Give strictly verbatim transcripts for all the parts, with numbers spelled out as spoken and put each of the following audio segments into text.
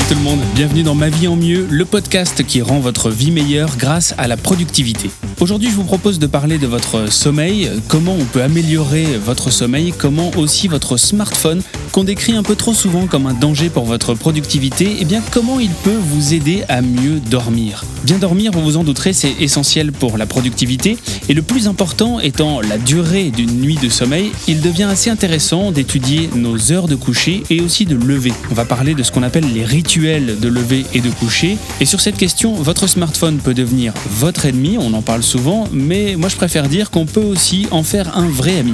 tout le monde, bienvenue dans Ma vie en mieux, le podcast qui rend votre vie meilleure grâce à la productivité. Aujourd'hui, je vous propose de parler de votre sommeil, comment on peut améliorer votre sommeil, comment aussi votre smartphone, qu'on décrit un peu trop souvent comme un danger pour votre productivité, et bien comment il peut vous aider à mieux dormir. Bien dormir, vous vous en douterez, c'est essentiel pour la productivité, et le plus important étant la durée d'une nuit de sommeil, il devient assez intéressant d'étudier nos heures de coucher et aussi de lever. On va parler de ce qu'on appelle les rituels de lever et de coucher. Et sur cette question, votre smartphone peut devenir votre ennemi, on en parle souvent, mais moi je préfère dire qu'on peut aussi en faire un vrai ami.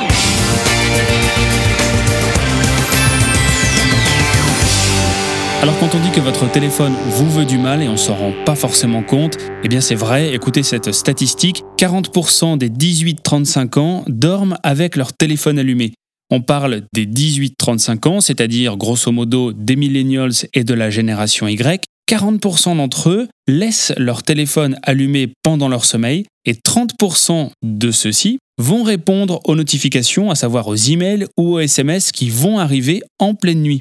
Alors quand on dit que votre téléphone vous veut du mal et on s'en rend pas forcément compte, eh bien c'est vrai, écoutez cette statistique, quarante pour cent des dix-huit trente-cinq ans dorment avec leur téléphone allumé. On parle des dix-huit trente-cinq ans, c'est-à-dire grosso modo des millennials et de la génération Y. quarante pour cent d'entre eux laissent leur téléphone allumé pendant leur sommeil et trente pour cent de ceux-ci vont répondre aux notifications, à savoir aux emails ou aux S M S qui vont arriver en pleine nuit.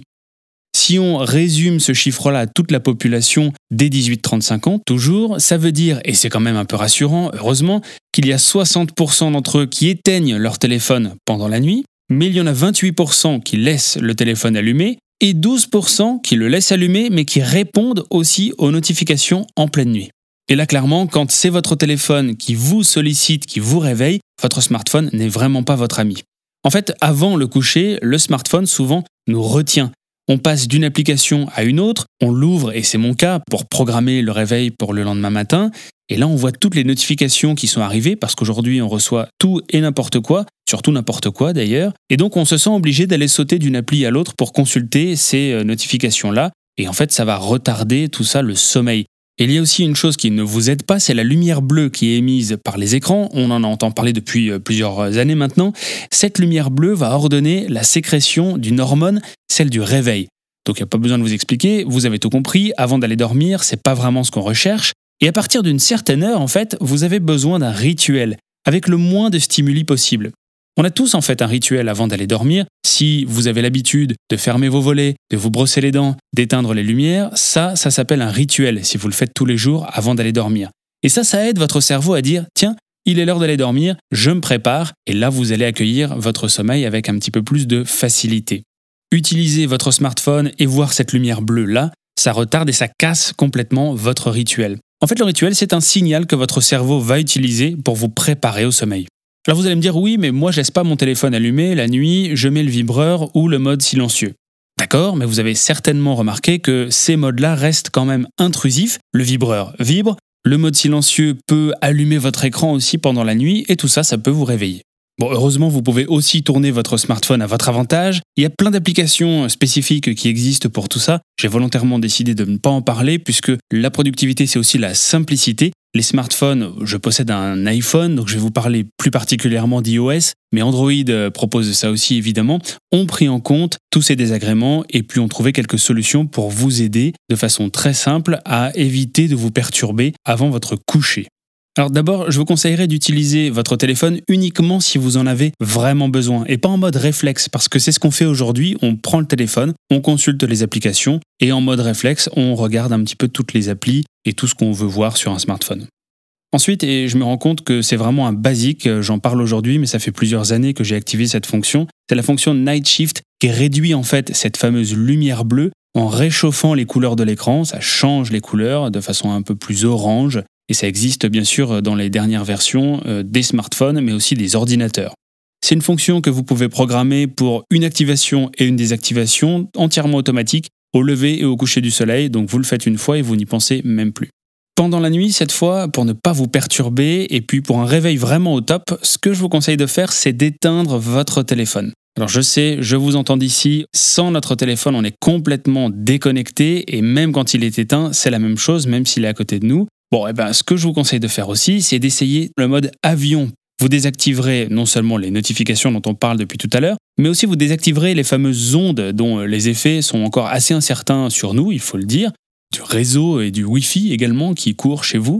Si on résume ce chiffre-là à toute la population des dix-huit trente-cinq ans, toujours, ça veut dire, et c'est quand même un peu rassurant, heureusement, qu'il y a soixante pour cent d'entre eux qui éteignent leur téléphone pendant la nuit, mais il y en a vingt-huit pour cent qui laissent le téléphone allumé et douze pour cent qui le laissent allumé mais qui répondent aussi aux notifications en pleine nuit. Et là, clairement, quand c'est votre téléphone qui vous sollicite, qui vous réveille, votre smartphone n'est vraiment pas votre ami. En fait, avant le coucher, le smartphone souvent nous retient. On passe d'une application à une autre, on l'ouvre, et c'est mon cas, pour programmer le réveil pour le lendemain matin. Et là, on voit toutes les notifications qui sont arrivées, parce qu'aujourd'hui, on reçoit tout et n'importe quoi, surtout n'importe quoi d'ailleurs. Et donc, on se sent obligé d'aller sauter d'une appli à l'autre pour consulter ces notifications-là. Et en fait, ça va retarder tout ça, le sommeil. Et il y a aussi une chose qui ne vous aide pas, c'est la lumière bleue qui est émise par les écrans. On en entend parler depuis plusieurs années maintenant. Cette lumière bleue va ordonner la sécrétion d'une hormone, celle du réveil. Donc il n'y a pas besoin de vous expliquer, vous avez tout compris, avant d'aller dormir, c'est pas vraiment ce qu'on recherche. Et à partir d'une certaine heure, en fait, vous avez besoin d'un rituel, avec le moins de stimuli possible. On a tous en fait un rituel avant d'aller dormir. Si vous avez l'habitude de fermer vos volets, de vous brosser les dents, d'éteindre les lumières, ça, ça s'appelle un rituel si vous le faites tous les jours avant d'aller dormir. Et ça, ça aide votre cerveau à dire « Tiens, il est l'heure d'aller dormir, je me prépare » et là, vous allez accueillir votre sommeil avec un petit peu plus de facilité. Utilisez votre smartphone et voir cette lumière bleue-là, ça retarde et ça casse complètement votre rituel. En fait, le rituel, c'est un signal que votre cerveau va utiliser pour vous préparer au sommeil. Alors vous allez me dire, oui, mais moi je laisse pas mon téléphone allumé la nuit, je mets le vibreur ou le mode silencieux. D'accord, mais vous avez certainement remarqué que ces modes-là restent quand même intrusifs. Le vibreur vibre, le mode silencieux peut allumer votre écran aussi pendant la nuit et tout ça, ça peut vous réveiller. Bon, heureusement, vous pouvez aussi tourner votre smartphone à votre avantage. Il y a plein d'applications spécifiques qui existent pour tout ça. J'ai volontairement décidé de ne pas en parler puisque la productivité, c'est aussi la simplicité. Les smartphones, je possède un iPhone, donc je vais vous parler plus particulièrement d'iOS, mais Android propose ça aussi évidemment, ont pris en compte tous ces désagréments et puis ont trouvé quelques solutions pour vous aider de façon très simple à éviter de vous perturber avant votre coucher. Alors d'abord, je vous conseillerais d'utiliser votre téléphone uniquement si vous en avez vraiment besoin et pas en mode réflexe parce que c'est ce qu'on fait aujourd'hui, on prend le téléphone, on consulte les applications et en mode réflexe, on regarde un petit peu toutes les applis et tout ce qu'on veut voir sur un smartphone. Ensuite, et je me rends compte que c'est vraiment un basique, j'en parle aujourd'hui mais ça fait plusieurs années que j'ai activé cette fonction, c'est la fonction Night Shift qui réduit en fait cette fameuse lumière bleue en réchauffant les couleurs de l'écran, ça change les couleurs de façon un peu plus orange. Et ça existe bien sûr dans les dernières versions des smartphones, mais aussi des ordinateurs. C'est une fonction que vous pouvez programmer pour une activation et une désactivation entièrement automatique au lever et au coucher du soleil, donc vous le faites une fois et vous n'y pensez même plus. Pendant la nuit, cette fois, pour ne pas vous perturber et puis pour un réveil vraiment au top, ce que je vous conseille de faire, c'est d'éteindre votre téléphone. Alors je sais, je vous entends d'ici, sans notre téléphone, on est complètement déconnecté et même quand il est éteint, c'est la même chose, même s'il est à côté de nous. Bon, et ben, ce que je vous conseille de faire aussi, c'est d'essayer le mode avion. Vous désactiverez non seulement les notifications dont on parle depuis tout à l'heure, mais aussi vous désactiverez les fameuses ondes dont les effets sont encore assez incertains sur nous, il faut le dire, du réseau et du Wi-Fi également qui courent chez vous.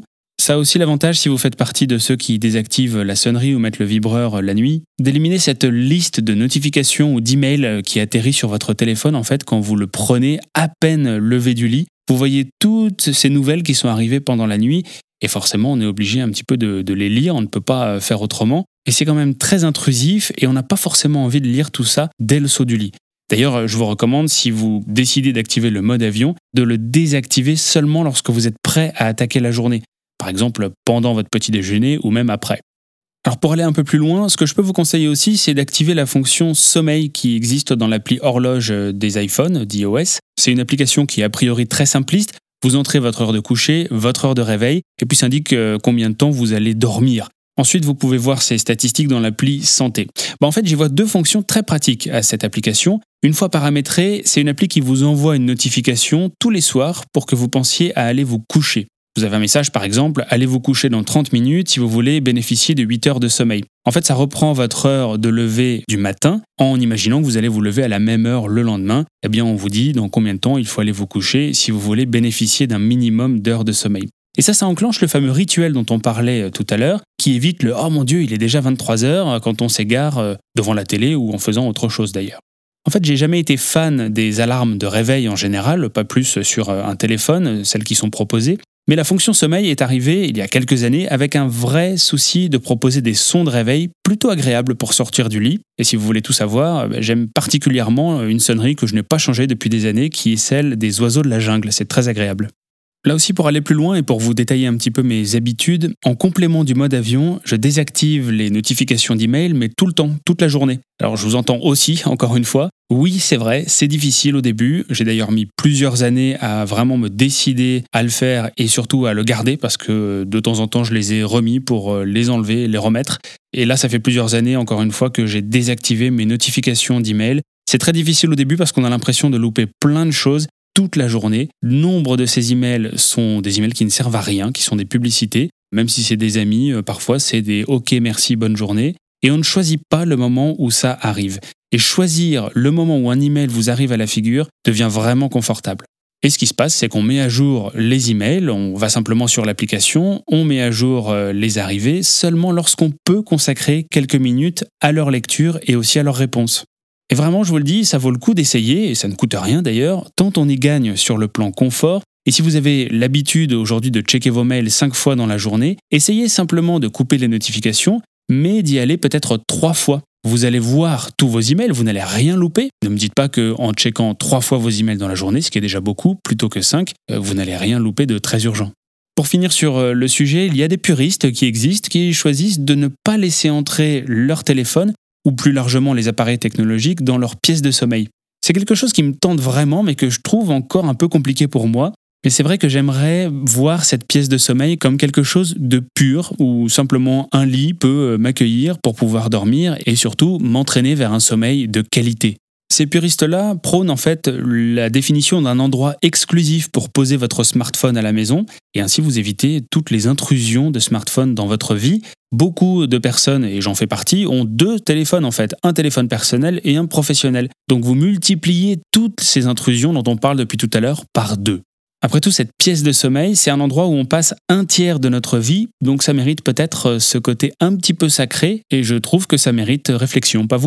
Ça a aussi l'avantage, si vous faites partie de ceux qui désactivent la sonnerie ou mettent le vibreur la nuit, d'éliminer cette liste de notifications ou d'emails qui atterrit sur votre téléphone en fait quand vous le prenez à peine levé du lit. Vous voyez toutes ces nouvelles qui sont arrivées pendant la nuit et forcément on est obligé un petit peu de, de les lire, on ne peut pas faire autrement. Et c'est quand même très intrusif et on n'a pas forcément envie de lire tout ça dès le saut du lit. D'ailleurs, je vous recommande, si vous décidez d'activer le mode avion, de le désactiver seulement lorsque vous êtes prêt à attaquer la journée. Par exemple, pendant votre petit déjeuner ou même après. Alors pour aller un peu plus loin, ce que je peux vous conseiller aussi, c'est d'activer la fonction sommeil qui existe dans l'appli horloge des iPhones, d'iOS. C'est une application qui est a priori très simpliste. Vous entrez votre heure de coucher, votre heure de réveil, et puis ça indique combien de temps vous allez dormir. Ensuite, vous pouvez voir ces statistiques dans l'appli Santé. Bah en fait, j'y vois deux fonctions très pratiques à cette application. Une fois paramétrée, c'est une appli qui vous envoie une notification tous les soirs pour que vous pensiez à aller vous coucher. Vous avez un message par exemple, allez vous coucher dans trente minutes si vous voulez bénéficier de huit heures de sommeil. En fait, ça reprend votre heure de lever du matin en imaginant que vous allez vous lever à la même heure le lendemain. Eh bien, on vous dit dans combien de temps il faut aller vous coucher si vous voulez bénéficier d'un minimum d'heures de sommeil. Et ça, ça enclenche le fameux rituel dont on parlait tout à l'heure, qui évite le « oh mon Dieu, il est déjà vingt-trois heures » quand on s'égare devant la télé ou en faisant autre chose d'ailleurs. En fait, j'ai jamais été fan des alarmes de réveil en général, pas plus sur un téléphone, celles qui sont proposées. Mais la fonction sommeil est arrivée il y a quelques années avec un vrai souci de proposer des sons de réveil plutôt agréables pour sortir du lit. Et si vous voulez tout savoir, j'aime particulièrement une sonnerie que je n'ai pas changée depuis des années, qui est celle des oiseaux de la jungle. C'est très agréable. Là aussi, pour aller plus loin et pour vous détailler un petit peu mes habitudes, en complément du mode avion, je désactive les notifications d'email, mais tout le temps, toute la journée. Alors je vous entends aussi, encore une fois. Oui, c'est vrai, c'est difficile au début. J'ai d'ailleurs mis plusieurs années à vraiment me décider à le faire et surtout à le garder parce que de temps en temps, je les ai remis pour les enlever et les remettre. Et là, ça fait plusieurs années, encore une fois, que j'ai désactivé mes notifications d'email. C'est très difficile au début parce qu'on a l'impression de louper plein de choses toute la journée. Nombre de ces emails sont des emails qui ne servent à rien, qui sont des publicités. Même si c'est des amis, parfois c'est des « ok, merci, bonne journée ». Et on ne choisit pas le moment où ça arrive. Et choisir le moment où un email vous arrive à la figure devient vraiment confortable. Et ce qui se passe, c'est qu'on met à jour les emails, on va simplement sur l'application, on met à jour les arrivées seulement lorsqu'on peut consacrer quelques minutes à leur lecture et aussi à leur réponse. Et vraiment, je vous le dis, ça vaut le coup d'essayer, et ça ne coûte rien d'ailleurs, tant on y gagne sur le plan confort. Et si vous avez l'habitude aujourd'hui de checker vos mails cinq fois dans la journée, essayez simplement de couper les notifications, mais d'y aller peut-être trois fois. Vous allez voir tous vos emails, vous n'allez rien louper. Ne me dites pas qu'en checkant trois fois vos emails dans la journée, ce qui est déjà beaucoup, plutôt que cinq, vous n'allez rien louper de très urgent. Pour finir sur le sujet, il y a des puristes qui existent, qui choisissent de ne pas laisser entrer leur téléphone ou plus largement les appareils technologiques, dans leur pièce de sommeil. C'est quelque chose qui me tente vraiment, mais que je trouve encore un peu compliqué pour moi. Mais c'est vrai que j'aimerais voir cette pièce de sommeil comme quelque chose de pur, où simplement un lit peut m'accueillir pour pouvoir dormir et surtout m'entraîner vers un sommeil de qualité. Ces puristes-là prônent en fait la définition d'un endroit exclusif pour poser votre smartphone à la maison et ainsi vous évitez toutes les intrusions de smartphone dans votre vie. Beaucoup de personnes, et j'en fais partie, ont deux téléphones en fait, un téléphone personnel et un professionnel. Donc vous multipliez toutes ces intrusions dont on parle depuis tout à l'heure par deux. Après tout, cette pièce de sommeil, c'est un endroit où on passe un tiers de notre vie, donc ça mérite peut-être ce côté un petit peu sacré et je trouve que ça mérite réflexion, pas vous ?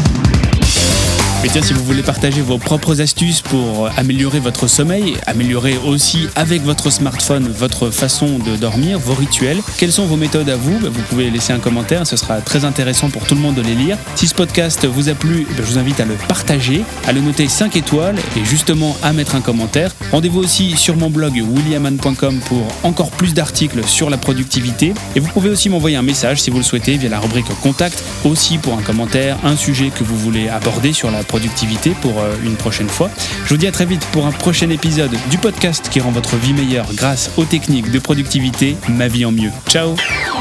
Et tiens, si vous voulez partager vos propres astuces pour améliorer votre sommeil, améliorer aussi avec votre smartphone votre façon de dormir, vos rituels, quelles sont vos méthodes à vous ? Vous pouvez laisser un commentaire, ce sera très intéressant pour tout le monde de les lire. Si ce podcast vous a plu, je vous invite à le partager, à le noter cinq étoiles et justement à mettre un commentaire. Rendez-vous aussi sur mon blog william han point com pour encore plus d'articles sur la productivité. Et vous pouvez aussi m'envoyer un message si vous le souhaitez via la rubrique Contact, aussi pour un commentaire, un sujet que vous voulez aborder sur la productivité pour une prochaine fois. Je vous dis à très vite pour un prochain épisode du podcast qui rend votre vie meilleure grâce aux techniques de productivité Ma vie en mieux. Ciao!